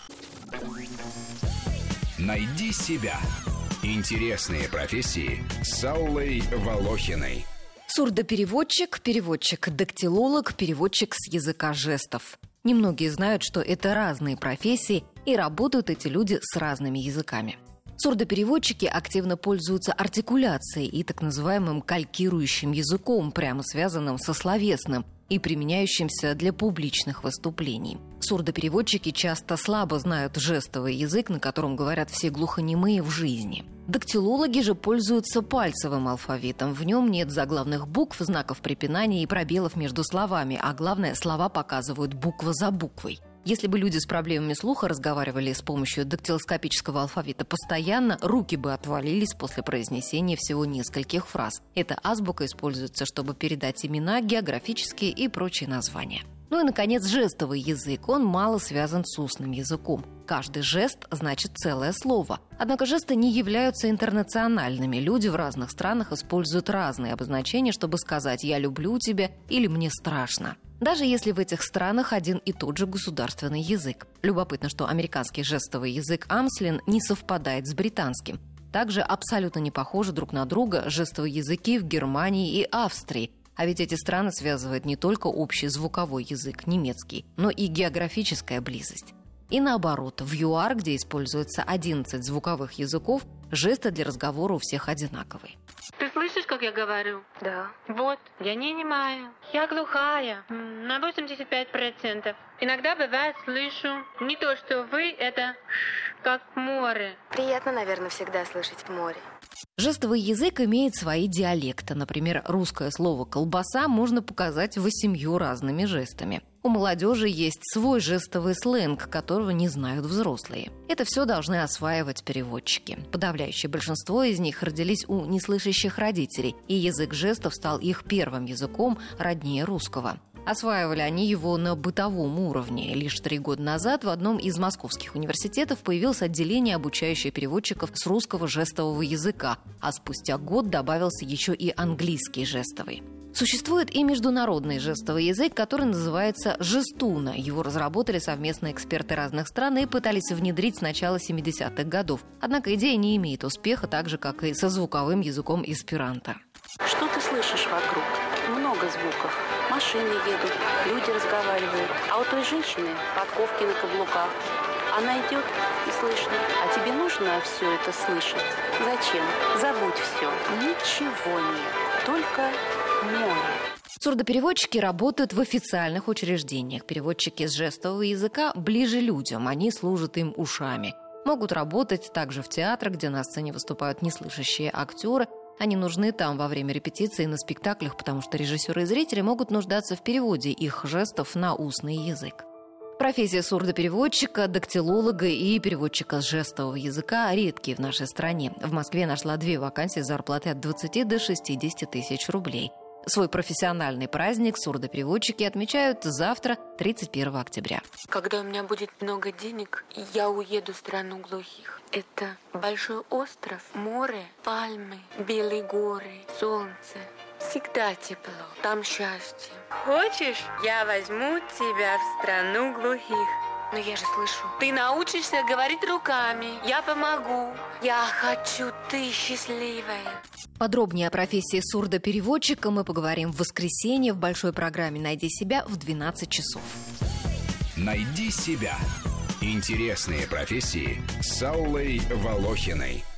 Найди себя. Интересные профессии с Аллой Волохиной. Сурдопереводчик, переводчик-дактилолог, переводчик с языка жестов. Немногие знают, что это разные профессии, и работают эти люди с разными языками. Сурдопереводчики активно пользуются артикуляцией и так называемым калькирующим языком, прямо связанным со словесным и применяющимся для публичных выступлений. Сурдопереводчики часто слабо знают жестовый язык, на котором говорят все глухонемые в жизни. Дактилологи же пользуются пальцевым алфавитом. В нем нет заглавных букв, знаков препинания и пробелов между словами, а главное, слова показывают буква за буквой. Если бы люди с проблемами слуха разговаривали с помощью дактилоскопического алфавита постоянно, руки бы отвалились после произнесения всего нескольких фраз. Эта азбука используется, чтобы передать имена, географические и прочие названия. Ну и, наконец, жестовый язык. Он мало связан с устным языком. Каждый жест значит целое слово. Однако жесты не являются интернациональными. Люди в разных странах используют разные обозначения, чтобы сказать «я люблю тебя» или «мне страшно». Даже если в этих странах один и тот же государственный язык. Любопытно, что американский жестовый язык амслин не совпадает с британским. Также абсолютно не похожи друг на друга жестовые языки в Германии и Австрии. А ведь эти страны связывает не только общий звуковой язык, немецкий, но и географическая близость. И наоборот, в ЮАР, где используется 11 звуковых языков, жесты для разговора у всех одинаковые. Ты слышишь, как я говорю? Да. Вот, я не немая. Я глухая. На 85%. Иногда бывает слышу. Не то, что вы, это как море. Приятно, наверное, всегда слышать море. Жестовый язык имеет свои диалекты. Например, русское слово «колбаса» можно показать 8 разными жестами. У молодежи есть свой жестовый сленг, которого не знают взрослые. Это все должны осваивать переводчики. Подавляющее большинство из них родились у неслышащих родителей, и язык жестов стал их первым языком, роднее русского. Осваивали они его на бытовом уровне. Лишь 3 года назад в одном из московских университетов появилось отделение, обучающее переводчиков с русского жестового языка, а спустя год добавился еще и английский жестовый. Существует и международный жестовый язык, который называется жестуна. Его разработали совместно эксперты разных стран и пытались внедрить с начала 70-х годов. Однако идея не имеет успеха, так же, как и со звуковым языком эсперанто. Что ты слышишь вокруг? Много звуков. Машины едут, люди разговаривают. А у той женщины подковки на каблуках. Она идет и слышно. А тебе нужно все это слышать? Зачем? Забудь все. Ничего нет. Только море. Сурдопереводчики работают в официальных учреждениях. Переводчики с жестового языка ближе людям, они служат им ушами. Могут работать также в театрах, где на сцене выступают неслышащие актеры. Они нужны там во время репетиции на спектаклях, потому что режиссеры и зрители могут нуждаться в переводе их жестов на устный язык. Профессия сурдопереводчика, дактилолога и переводчика с жестового языка редкие в нашей стране. В Москве нашла 2 вакансии с зарплатой от 20 до 60 тысяч рублей. Свой профессиональный праздник сурдопереводчики отмечают завтра, 31 октября. Когда у меня будет много денег, я уеду в страну глухих. Это большой остров, море, пальмы, белые горы, солнце. Всегда тепло, там счастье. Хочешь, я возьму тебя в страну глухих? Но я же слышу. Ты научишься говорить руками. Я помогу. Я хочу, ты счастливая. Подробнее о профессии сурдопереводчика мы поговорим в воскресенье в большой программе «Найди себя» в 12 часов. Найди себя. Интересные профессии с Аллой Волохиной.